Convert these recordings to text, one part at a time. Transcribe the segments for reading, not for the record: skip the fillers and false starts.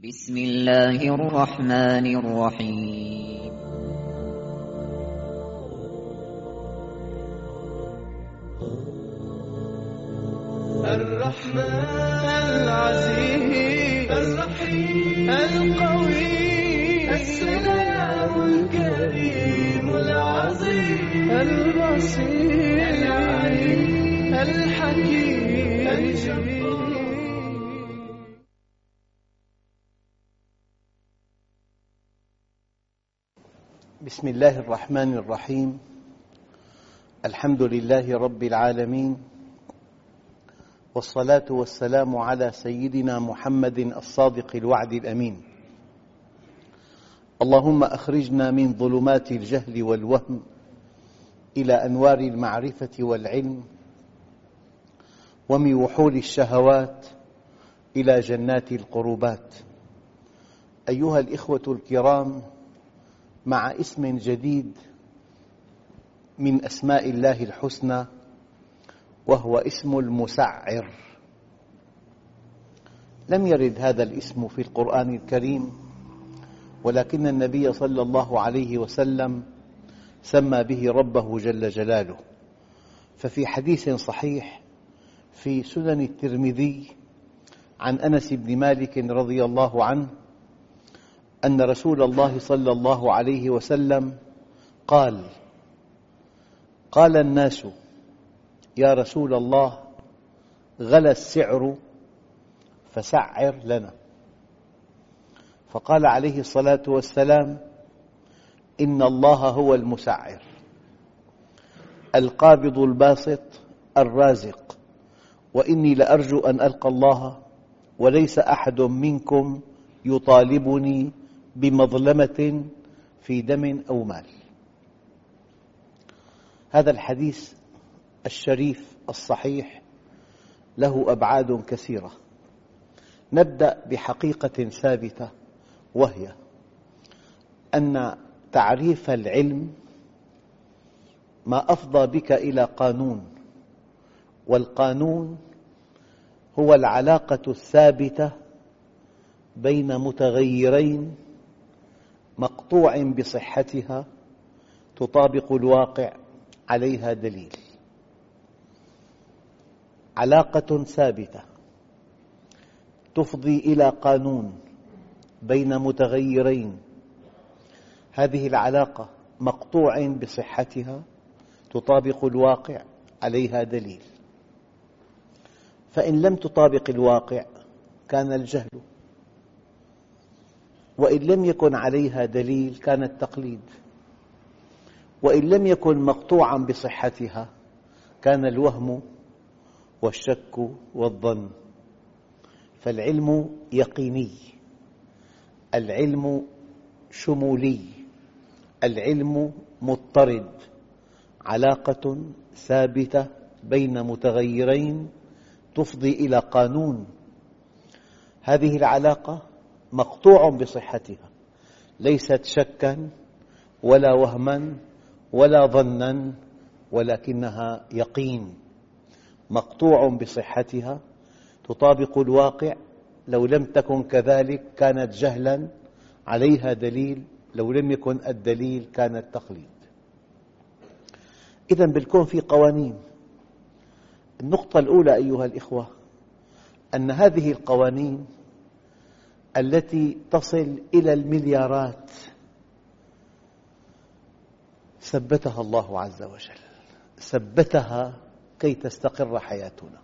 بسم الله الرحمن الرحيم. الرحمن العزيز الرحيم القوي السلام الكريم العظيم البصير العليم الحكيم الجبار. بسم الله الرحمن الرحيم. الحمد لله رب العالمين، والصلاة والسلام على سيدنا محمد الصادق الوعد الأمين. اللهم أخرجنا من ظلمات الجهل والوهم إلى أنوار المعرفة والعلم، ومن وحول الشهوات إلى جنات القربات. أيها الإخوة الكرام، مع اسم جديد من أسماء الله الحسنى، وهو اسم المسعر. لم يرد هذا الاسم في القرآن الكريم، ولكن النبي صلى الله عليه وسلم سمى به ربه جل جلاله. ففي حديث صحيح في سنن الترمذي عن أنس بن مالك رضي الله عنه أن رسول الله صلى الله عليه وسلم قال: قال الناس: يا رسول الله، غلى السعر فسعر لنا. فقال عليه الصلاة والسلام: إن الله هو المسعر، القابض الباسط الرازق، وإني لأرجو أن ألقى الله وليس أحد منكم يطالبني بمظلمة في دم أو مال. هذا الحديث الشريف الصحيح له أبعاد كثيرة. نبدأ بحقيقة ثابتة، وهي أن تعريف العلم ما أفضى بك إلى قانون، والقانون هو العلاقة الثابتة بين متغيرين مقطوع بصحتها تطابق الواقع عليها دليل. علاقة ثابتة تفضي إلى قانون بين متغيرين، هذه العلاقة مقطوع بصحتها تطابق الواقع عليها دليل. فإن لم تطابق الواقع كان الجهل، وإن لم يكن عليها دليل كان التقليد، وإن لم يكن مقطوعا بصحتها كان الوهم والشك والظن. فالعلم يقيني، العلم شمولي، العلم مضطرد، علاقة ثابتة بين متغيرين تفضي إلى قانون. هذه العلاقة مقطوع بصحتها، ليست شكا ولا وهما ولا ظنا، ولكنها يقين مقطوع بصحتها تطابق الواقع. لو لم تكن كذلك كانت جهلا، عليها دليل، لو لم يكن الدليل كان التقليد. إذن بالكون في قوانين. النقطة الأولى أيها الإخوة أن هذه القوانين التي تصل إلى المليارات ثبتها الله عز وجل، ثبتها كي تستقر حياتنا.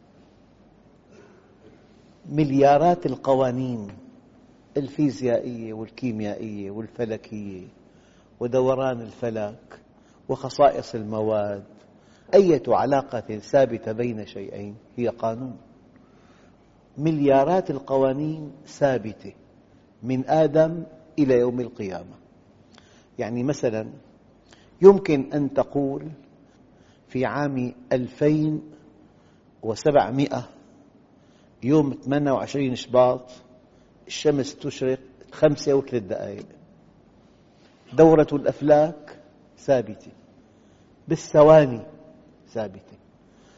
مليارات القوانين الفيزيائية والكيميائية والفلكية ودوران الفلك وخصائص المواد. أية علاقة ثابتة بين شيئين هي قانون. مليارات القوانين ثابتة من آدم إلى يوم القيامة. يعني مثلا يمكن أن تقول في عام 2700 يوم 28 شباط الشمس تشرق 5:03. دورة الأفلاك ثابتة بالثواني ثابتة.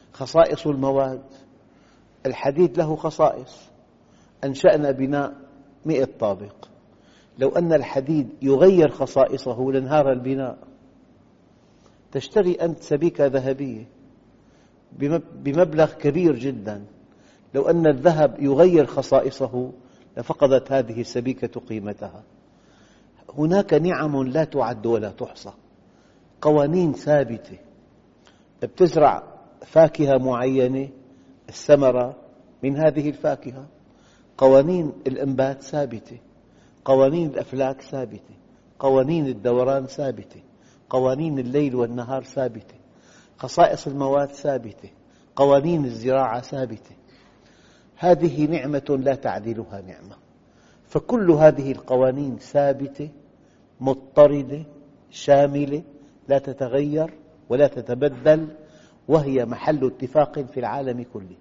خصائص المواد، الحديد له خصائص. أنشأنا بناء 100 طابق. لو أن الحديد يغير خصائصه لانهار البناء. تشتري أنت سبيكة ذهبية بمبلغ كبير جدا، لو أن الذهب يغير خصائصه لفقدت هذه السبيكة قيمتها. هناك نعم لا تعد ولا تحصى، قوانين ثابتة. بتزرع فاكهة معينة، الثمرة من هذه الفاكهة. قوانين الإنبات ثابتة، قوانين الأفلاك ثابتة، قوانين الدوران ثابتة، قوانين الليل والنهار ثابتة، خصائص المواد ثابتة، قوانين الزراعة ثابتة. هذه نعمة لا تعدلها نعمة. فكل هذه القوانين ثابتة مضطردة شاملة لا تتغير ولا تتبدل، وهي محل اتفاق في العالم كله.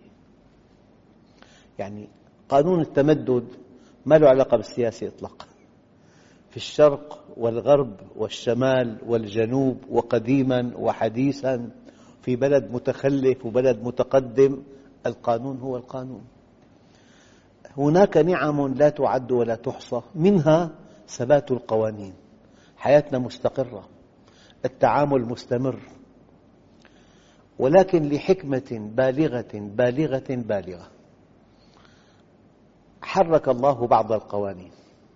يعني قانون التمدد ما له علاقة بالسياسة إطلاقا. في الشرق والغرب والشمال والجنوب وقديما وحديثا، في بلد متخلف وبلد متقدم، القانون هو القانون. هناك نعم لا تعد ولا تحصى، منها ثبات القوانين، حياتنا مستقرة، التعامل مستمر، ولكن لحكمة بالغة بالغة بالغة حرك الله بعض القوانين.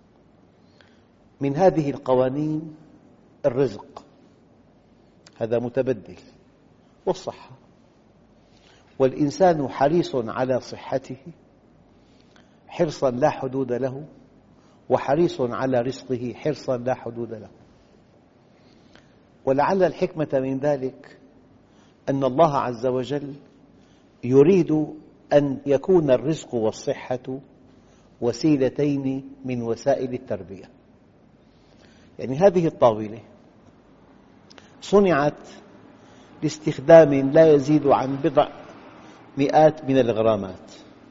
من هذه القوانين الرزق، هذا متبدل، والصحة، والإنسان حريص على صحته حرصا لا حدود له، وحريص على رزقه حرصا لا حدود له. ولعل الحكمة من ذلك أن الله عز وجل يريد أن يكون الرزق والصحة وسيلتين من وسائل التربية. يعني هذه الطاولة صنعت لاستخدام لا يزيد عن بضع مئات من الغرامات،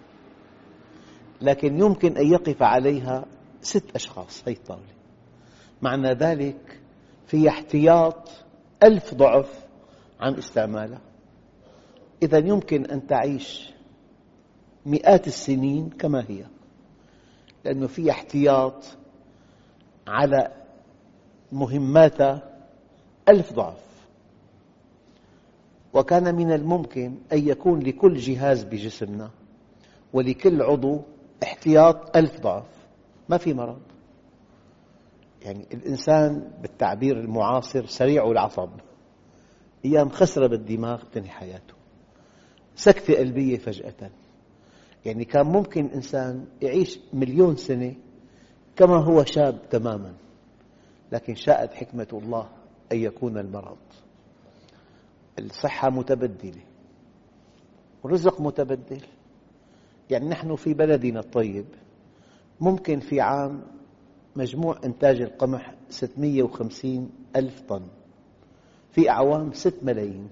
لكن يمكن أن يقف عليها 6 أشخاص. هذه الطاولة معنى ذلك في احتياط 1000 ضعف عن استعمالها. إذا يمكن أن تعيش مئات السنين كما هي، لأنه في احتياط على مهماتها 1000 ضعف. وكان من الممكن أن يكون لكل جهاز بجسمنا ولكل عضو احتياط 1000 ضعف، ما في مرض. يعني الإنسان بالتعبير المعاصر سريع العصب، أيام خسرة بالدماغ تنهي حياته، سكتة قلبية فجأة. يعني كان ممكن إنسان يعيش 1,000,000 سنة كما هو شاب تماما، لكن شاءت حكمة الله أن يكون المرض. الصحة متبدلة والرزق متبدل. يعني نحن في بلدنا الطيب ممكن في عام مجموع إنتاج القمح 650,000 طن، في أعوام 6 ملايين.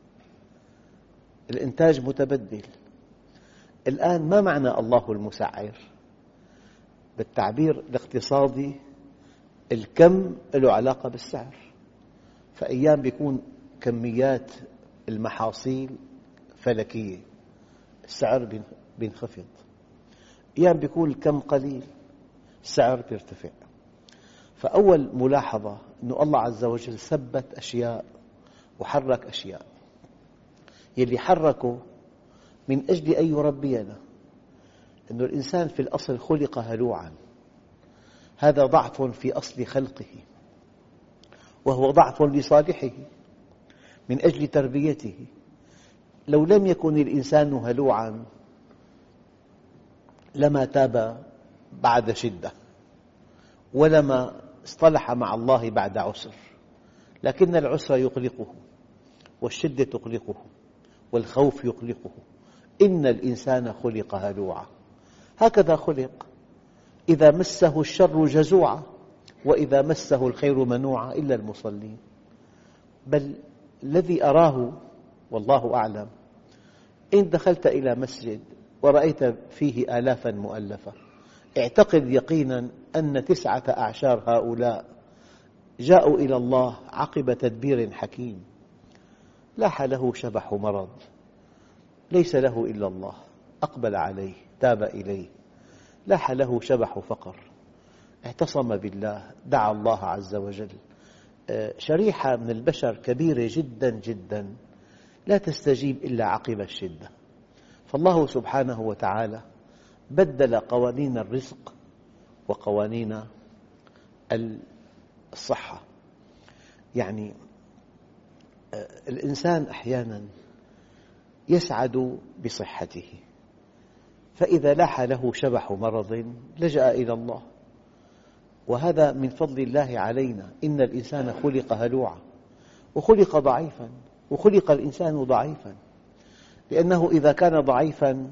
الإنتاج متبدل. الآن ما معنى الله المسعر؟ بالتعبير الاقتصادي الكم له علاقة بالسعر. فأيام بيكون كميات المحاصيل فلكية، السعر بينخفض. أيام بيكون الكم قليل، السعر بيرتفع. فأول ملاحظة أن الله عز وجل ثبت أشياء وحرك أشياء. يلي حركه من أجل أن يربينا، أن الإنسان في الأصل خلق هلوعا، هذا ضعف في أصل خلقه، وهو ضعف لصالحه من أجل تربيته. لو لم يكن الإنسان هلوعا لما تاب بعد شدة، ولما اصطلح مع الله بعد عسر، لكن العسر يقلقه، والشدة تقلقه، والخوف يقلقه. إن الإنسان خلق هلوعا، هكذا خلق. إذا مسه الشر جزوعا، وإذا مسه الخير منوعا، إلا المصلين. بل الذي أراه والله أعلم، إن دخلت إلى مسجد ورأيت فيه آلافا مؤلفة، اعتقد يقينا أن 19 هؤلاء جاءوا إلى الله عقب تدبير حكيم. لاح له شبح مرض، ليس له إلا الله، أقبل عليه، تاب إليه، لاح له شبح فقر، اعتصم بالله، دعا الله عز وجل. شريحة من البشر كبيرة جدا جدا لا تستجيب إلا عقب الشدة، فالله سبحانه وتعالى بدل قوانين الرزق وقوانين الصحة. يعني الإنسان أحيانا يسعد بصحته، فإذا لاح له شبح مرض لجأ إلى الله، وهذا من فضل الله علينا. إن الإنسان خلق هلوعا وخلق ضعيفا، وخلق الإنسان ضعيفا لأنه إذا كان ضعيفا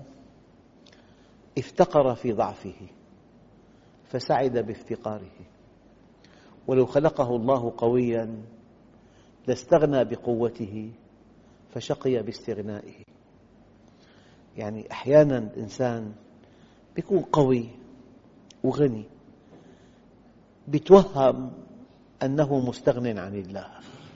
افتقر في ضعفه فسعد بافتقاره، ولو خلقه الله قويا لاستغنى بقوته فشقي باستغنائه. يعني أحيانا الإنسان يكون قوي وغني يتوهم أنه مستغن عن الله،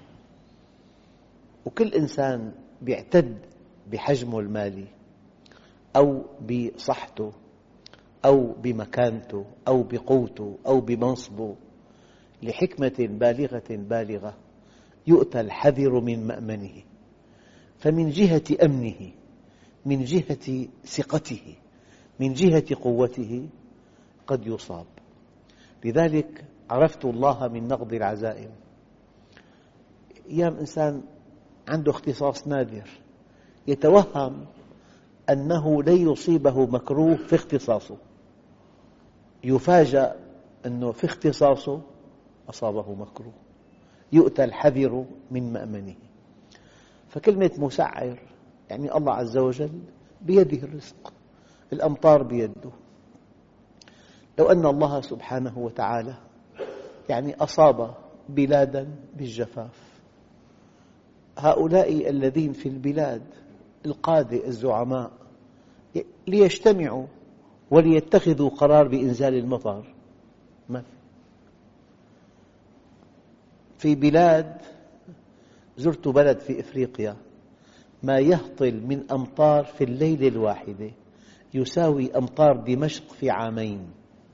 وكل إنسان يعتد بحجمه المالي أو بصحته أو بمكانته أو بقوته أو بمنصبه لحكمة بالغة يؤتى الحذر من مأمنه، فمن جهة أمنه، من جهة ثقته، من جهة قوته قد يصاب. لذلك عرفت الله من نقض العزائم. أيام إنسان عنده اختصاص نادر يتوهم أنه لن يصيبه مكروه في اختصاصه، يفاجأ أنه في اختصاصه أصابه مكروه، يؤتى الحذر من مأمنه. فكلمة مسعر يعني الله عز وجل بيده الرزق، الأمطار بيده. لو أن الله سبحانه وتعالى يعني أصاب بلادا بالجفاف، هؤلاء الذين في البلاد القادة الزعماء ليجتمعوا وليتخذوا قرار بإنزال المطر، ما في بلاد. زرت بلد في إفريقيا ما يهطل من أمطار في الليلة الواحدة يساوي أمطار دمشق في عامين،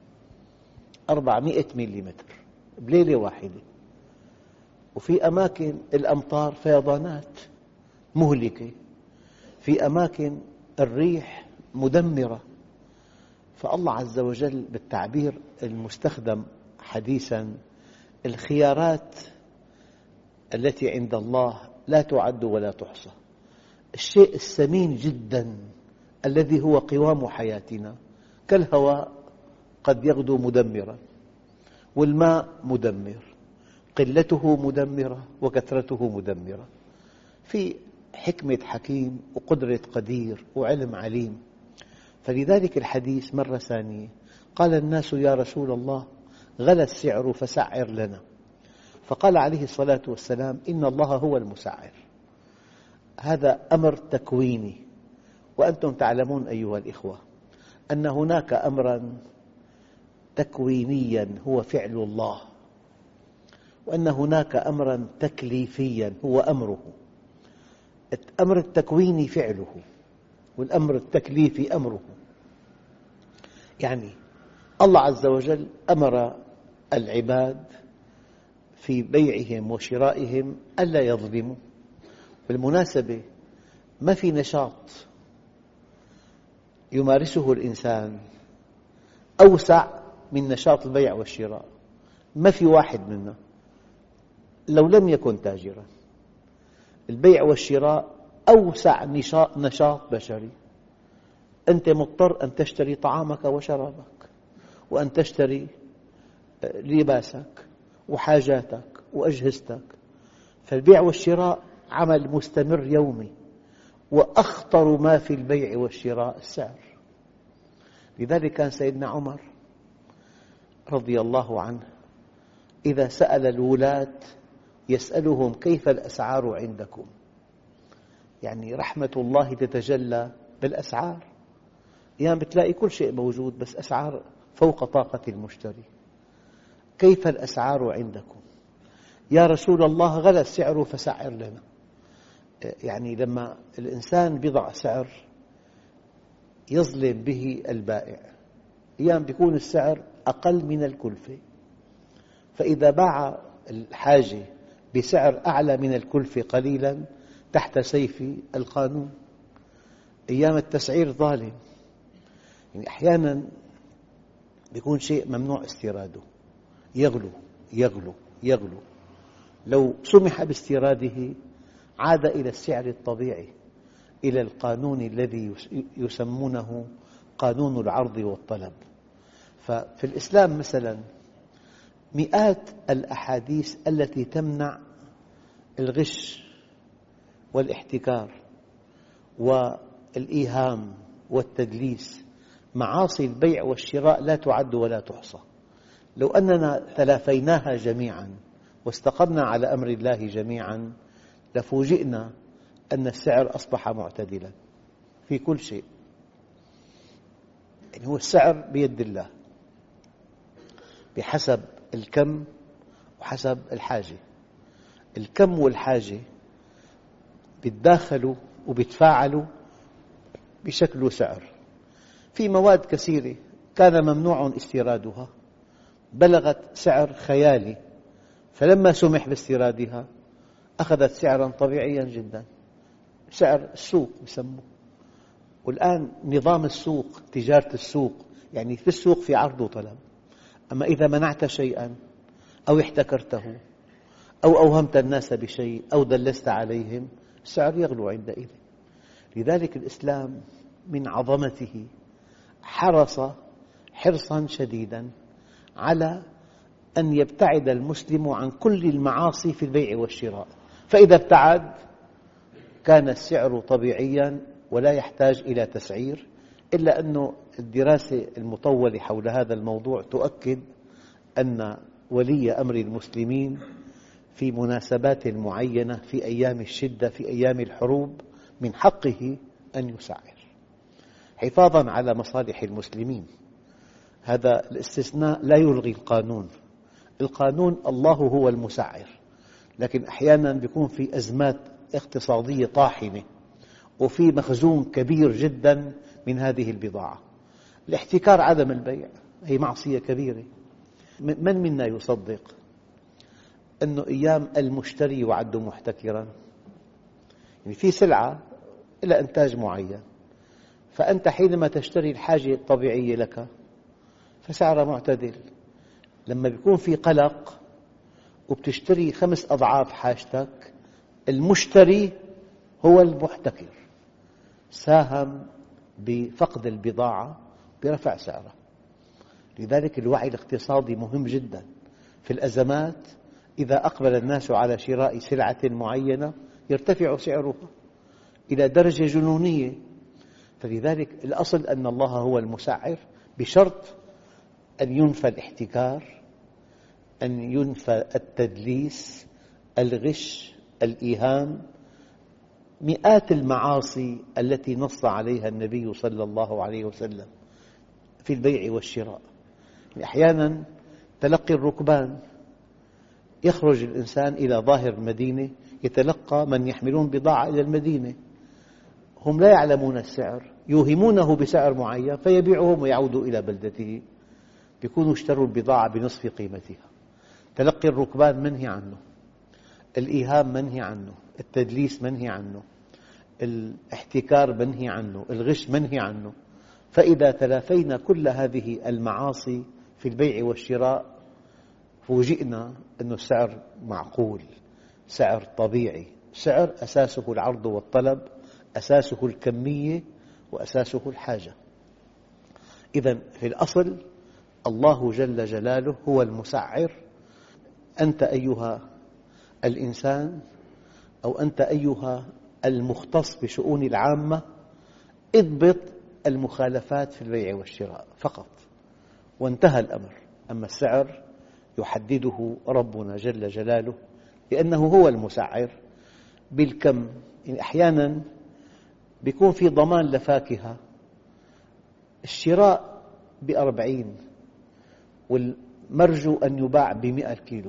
400 ملم بليلة واحدة. وفي أماكن الأمطار فيضانات مهلكة، في أماكن الريح مدمرة. فالله عز وجل بالتعبير المستخدم حديثا الخيارات التي عند الله لا تعد ولا تحصى. الشيء الثمين جدا الذي هو قوام حياتنا كالهواء قد يغدو مدمرا، والماء مدمر، قلته مدمرة وكثرته مدمرة. في حكمة حكيم وقدرة قدير وعلم عليم. فلذلك الحديث مرة ثانية قال الناس يا رسول الله غلى السعر فسعر لنا، فقال عليه الصلاة والسلام إن الله هو المسعر. هذا أمر تكويني، وأنتم تعلمون أيها الإخوة أن هناك أمرا تكوينيا هو فعل الله، وأن هناك أمرا تكليفيا هو أمره. الأمر التكويني فعله، والأمر التكليفي أمره. يعني الله عز وجل أمر العباد في بيعهم وشرائهم ألا يظلموا. بالمناسبة ما في نشاط يمارسه الإنسان أوسع من نشاط البيع والشراء، ما في واحد منا لو لم يكن تاجرا. البيع والشراء أوسع نشاط بشري. أنت مضطر أن تشتري طعامك وشرابك، وأن تشتري لباسك وحاجاتك وأجهزتك. فالبيع والشراء عمل مستمر يومي، وأخطر ما في البيع والشراء السعر. لذلك كان سيدنا عمر رضي الله عنه إذا سأل الولاة يسألهم كيف الأسعار عندكم، يعني رحمة الله تتجلى بالأسعار. يعني بتلاقي كل شيء موجود بس أسعار فوق طاقة المشتري. كيف الأسعار عندكم؟ يا رسول الله غلى السعر فسعر لنا. يعني لما الإنسان بيضع سعر يظلم به البائع، أحيانا بيكون السعر أقل من الكلفة، فإذا باع الحاجة بسعر أعلى من الكلفة قليلا تحت سيف القانون. أيام التسعير ظالم، يعني أحيانا بيكون شيء ممنوع استيراده يغلو يغلو يغلو، لو سمح باستيراده عاد إلى السعر الطبيعي، إلى القانون الذي يسمونه قانون العرض والطلب. ففي الإسلام مثلا مئات الأحاديث التي تمنع الغش والاحتكار والإيهام والتدليس، معاصي البيع والشراء لا تعد ولا تحصى. لو أننا تلافيناها جميعا واستقمنا على أمر الله جميعا لفوجئنا أن السعر أصبح معتدلا في كل شيء. يعني هو السعر بيد الله بحسب الكم وحسب الحاجة. الكم والحاجة بيتداخلوا وبيتفاعلوا بشكل سعر. في مواد كثيرة كان ممنوع استيرادها بلغت سعر خيالي، فلما سمح باستيرادها أخذت سعرا طبيعيا جدا، سعر السوق يسموه. والآن نظام السوق، تجارة السوق، يعني في السوق في عرض وطلب، أما إذا منعت شيئا أو احتكرته أو أوهمت الناس بشيء أو دلست عليهم السعر يغلو عندئذ. لذلك الإسلام من عظمته حرص حرصا شديدا على أن يبتعد المسلم عن كل المعاصي في البيع والشراء، فإذا ابتعد كان السعر طبيعيا ولا يحتاج إلى تسعير. إلا أن الدراسة المطولة حول هذا الموضوع تؤكد أن ولي أمر المسلمين في مناسبات معينة، في أيام الشدة، في أيام الحروب، من حقه أن يسعر حفاظا على مصالح المسلمين. هذا الاستثناء لا يلغي القانون. القانون الله هو المسعر، لكن أحيانا يكون في أزمات اقتصادية طاحنة وفي مخزون كبير جدا من هذه البضاعة. الاحتكار عدم البيع هي معصية كبيرة. من منا يصدق أنه أيام المشتري يعد محتكرا؟ يعني في سلعة إلى إنتاج معين، فأنت حينما تشتري الحاجة الطبيعية لك فسعرها معتدل. لما يكون في قلق وبتشتري 5 أضعاف حاجتك، المشتري هو المحتكر، ساهم بفقد البضاعة برفع سعرها. لذلك الوعي الاقتصادي مهم جدا. في الأزمات إذا أقبل الناس على شراء سلعة معينة يرتفع سعرها إلى درجة جنونية. فلذلك الأصل أن الله هو المسعر، بشرط أن ينفى الاحتكار، أن ينفى التدليس، الغش، الإيهام، مئات المعاصي التي نص عليها النبي صلى الله عليه وسلم في البيع والشراء. أحيانا تلقي الركبان، يخرج الإنسان إلى ظاهر المدينة يتلقى من يحملون بضاعة إلى المدينة، هم لا يعلمون السعر، يوهمونه بسعر معين فيبيعهم ويعودوا إلى بلدته، يكونوا اشتروا البضاعة بنصف قيمتها. تلقي الركبان منهي عنه، الإيهام منهي عنه، التدليس منهي عنه، الاحتكار منهي عنه، الغش منهي عنه. فإذا تلافينا كل هذه المعاصي في البيع والشراء فوجئنا أن السعر معقول، سعر طبيعي، سعر أساسه العرض والطلب، أساسه الكمية وأساسه الحاجة. إذن في الأصل الله جل جلاله هو المسعر. أنت أيها الإنسان أو أنت أيها المختص بشؤون العامة اضبط المخالفات في البيع والشراء فقط وانتهى الأمر. أما السعر يحدده ربنا جل جلاله لأنه هو المسعر بالكم. يعني أحيانا يكون في ضمان لفاكهة، الشراء ب40 والمرجو أن يباع ب100 كيلو،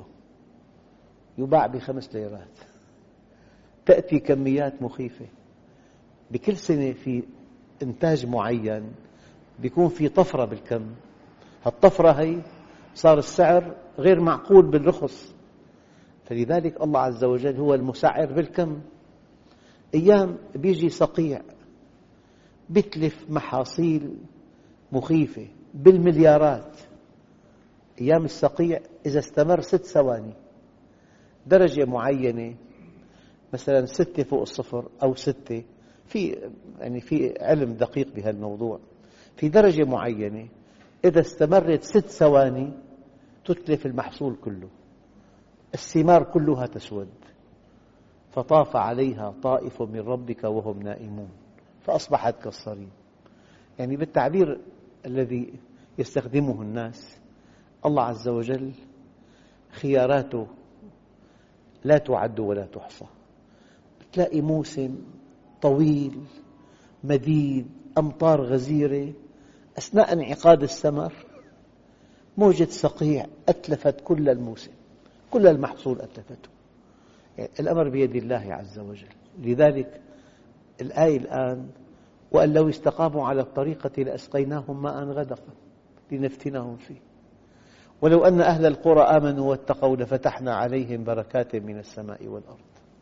يباع ب5 ليرات. تأتي كميات مخيفة. بكل سنة في إنتاج معين يكون في طفرة بالكم، هالطفرة هي صار السعر غير معقول بالرخص. فلذلك الله عز وجل هو المسعر بالكم. أيام بيجي صقيع بيتلف محاصيل مخيفة بالمليارات. أيام الصقيع إذا استمر 6 ثواني، درجة معينة مثلا 6 فوق الصفر أو 6، في علم دقيق بهالموضوع، في درجة معينة إذا استمرت 6 ثواني تتلف المحصول كله، الثمار كلها تسود. فطاف عليها طائف من ربك وهم نائمون فأصبحت كالصريم. يعني بالتعبير الذي يستخدمه الناس، الله عز وجل خياراته لا تعد ولا تحصى. تلاقي موسم طويل مديد، أمطار غزيرة، أثناء انعقاد الثمر موجة صقيع أتلفت كل الموسم، كل المحصول أتلفته. يعني الأمر بيد الله عز وجل. لذلك الآية الآن: وأن لو استقاموا على الطريقة لأسقيناهم ماء غدقا لنفتنهم فيه ولو أن أهل القرى آمنوا واتقوا لفتحنا عليهم بركات من السماء والأرض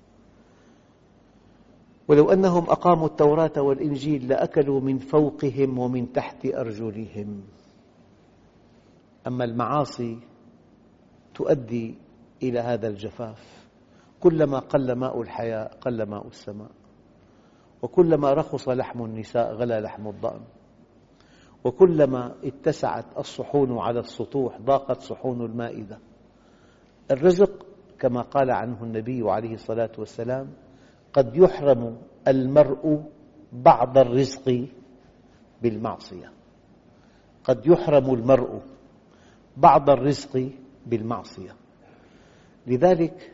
ولو أنهم أقاموا التوراة والإنجيل لأكلوا من فوقهم ومن تحت أرجلهم. أما المعاصي تؤدي إلى هذا الجفاف. كلما قل ماء الحياة قل ماء السماء، وكلما رخص لحم النساء غلا لحم الضأن، وكلما اتسعت الصحون على السطوح ضاقت صحون المائدة. الرزق كما قال عنه النبي عليه الصلاة والسلام: قد يحرم المرء بعض الرزق بالمعصية. قد يحرم المرء بعض الرزق بالمعصية. لذلك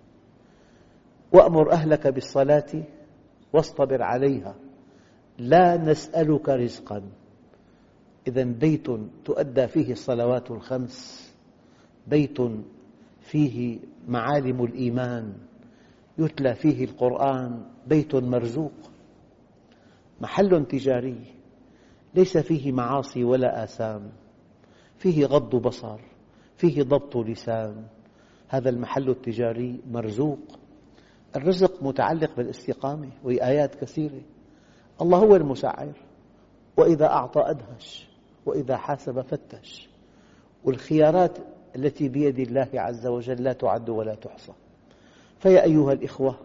وأمر أهلك بالصلاة واصطبر عليها لا نسألك رزقا. إذن بيت تؤدى فيه الصلوات الخمس، بيت فيه معالم الإيمان، يتلى فيه القرآن، بيت مرزوق، محل تجاري ليس فيه معاصي ولا آثام، فيه غض بصر، فيه ضبط لسان. هذا المحل التجاري مرزوق. الرزق متعلق بالاستقامة، وهي آيات كثيرة. الله هو المسعر، وإذا أعطى أدهش وإذا حاسب فتش. والخيارات التي بيد الله عز وجل لا تعد ولا تحصى. فيا أيها الإخوة،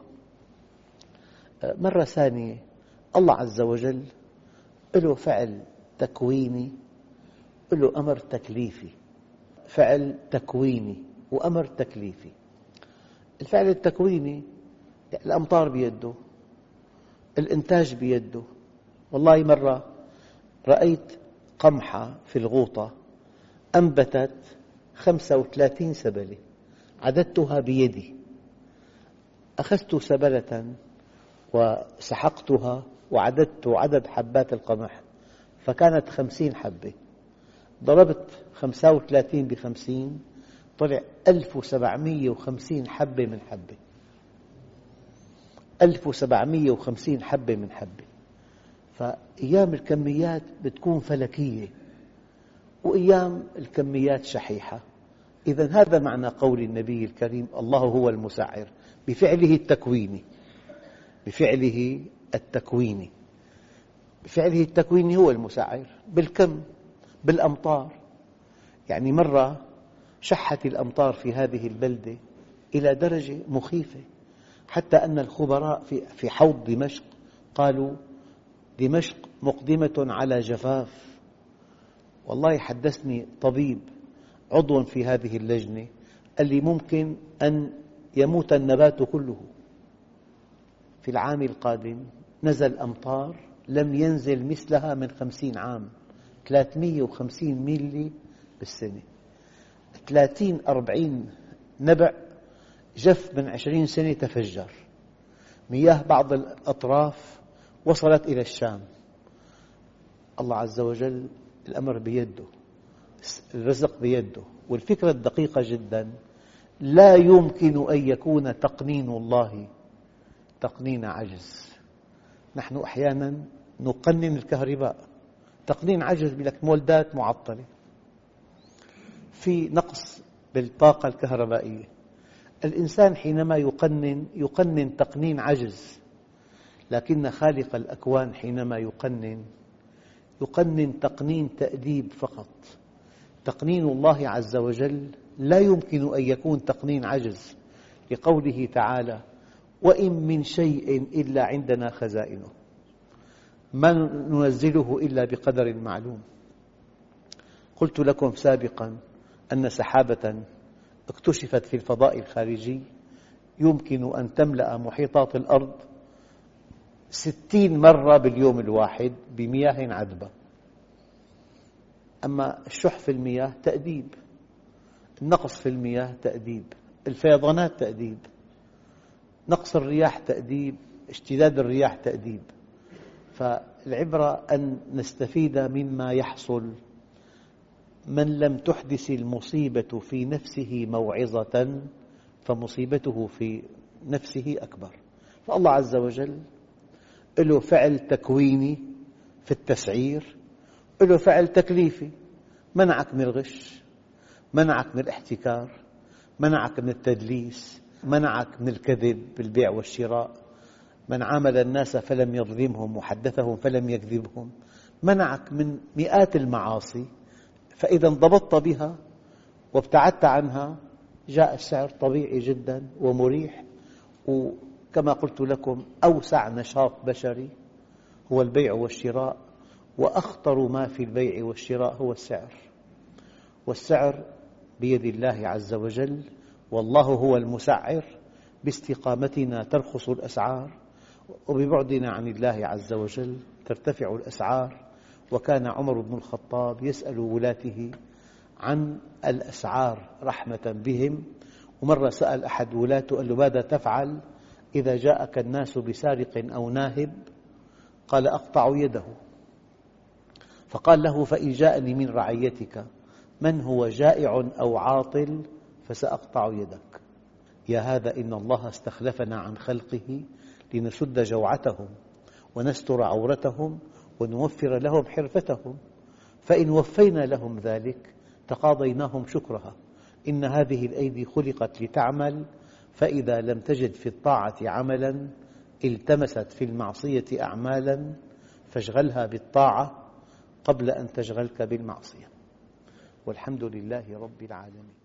مرة ثانية الله عز وجل له فعل تكويني، له أمر تكليفي. فعل تكويني وأمر تكليفي. الفعل التكويني الأمطار بيده، الإنتاج بيده. والله مرة رأيت قمحة في الغوطة أنبتت 35 سبلة، عددتها بيدي. أخذت سبلة وسحقتها وعددت عدد حبات القمح فكانت 50 حبة. ضربت 35 ب50 طلع 1750 حبة من حبة. 1750 حبة من حبة. فأيام الكميات بتكون فلكية وأيام الكميات شحيحة. إذن هذا معنى قول النبي الكريم: الله هو المسعر، بفعله التكويني. بفعله التكويني. بفعله التكويني هو المسعر بالكم، بالأمطار. يعني مرة شحت الأمطار في هذه البلدة إلى درجة مخيفة، حتى أن الخبراء في حوض دمشق قالوا: دمشق مقدمة على جفاف. والله حدثني طبيب عضو في هذه اللجنة قال لي: ممكن أن يموت النبات كله. في العام القادم نزل أمطار لم ينزل مثلها من 50 عام، 350 ملي بالسنة. 30-40 نبع جف من 20 سنة تفجر. مياه بعض الأطراف وصلت إلى الشام. الله عز وجل الأمر بيده، الرزق بيده. والفكرة الدقيقة جدا: لا يمكن أن يكون تقنين الله تقنين عجز. نحن أحيانا نقنن الكهرباء، تقنين عجز، بلك مولدات معطلة. في نقص بالطاقة الكهربائية. الإنسان حينما يقنن تقنين عجز، لكن خالق الأكوان حينما يقنن تقنين تأديب فقط. تقنين الله عز وجل لا يمكن أن يكون تقنين عجز، لقوله تعالى: وإن من شيء إلا عندنا خزائنه ما ننزله إلا بقدر معلوم. قلت لكم سابقا أن سحابة اكتشفت في الفضاء الخارجي يمكن أن تملأ محيطات الأرض 60 مرة باليوم الواحد بمياه عذبة. أما الشح في المياه تأديب، النقص في المياه تأديب، الفيضانات تأديب، نقص الرياح تأديب، اشتداد الرياح تأديب. فالعبرة أن نستفيد مما يحصل. من لم تحدث المصيبة في نفسه موعظة فمصيبته في نفسه أكبر. فالله عز وجل له فعل تكويني في التسعير، له فعل تكليفي. منعك من الغش، منعك من الاحتكار، منعك من التدليس، منعك من الكذب بالبيع والشراء. من عامل الناس فلم يظلمهم وحدثهم فلم يكذبهم. منعك من مئات المعاصي، فإذا انضبطت بها وابتعدت عنها جاء السعر طبيعي جدا ومريح. وكما قلت لكم أوسع نشاط بشري هو البيع والشراء، وأخطر ما في البيع والشراء هو السعر. والسعر بيد الله عز وجل، والله هو المسعر. باستقامتنا ترخص الأسعار، وببعدنا عن الله عز وجل ترتفع الأسعار. وكان عمر بن الخطاب يسأل ولاته عن الأسعار رحمة بهم. ومرة سأل أحد ولاته قال له: ماذا تفعل إذا جاءك الناس بسارق أو ناهب؟ قال: أقطع يده. فقال له: فإن جاءني من رعيتك من هو جائع أو عاطل فسأقطع يدك. يا هذا إن الله استخلفنا عن خلقه لنسد جوعتهم ونستر عورتهم ونوفر لهم حرفتهم، فإن وفينا لهم ذلك تقاضيناهم شكرها. إن هذه الأيدي خلقت لتعمل، فإذا لم تجد في الطاعة عملا التمست في المعصية أعمالا، فاشغلها بالطاعة قبل أن تشغلك بالمعصية. والحمد لله رب العالمين.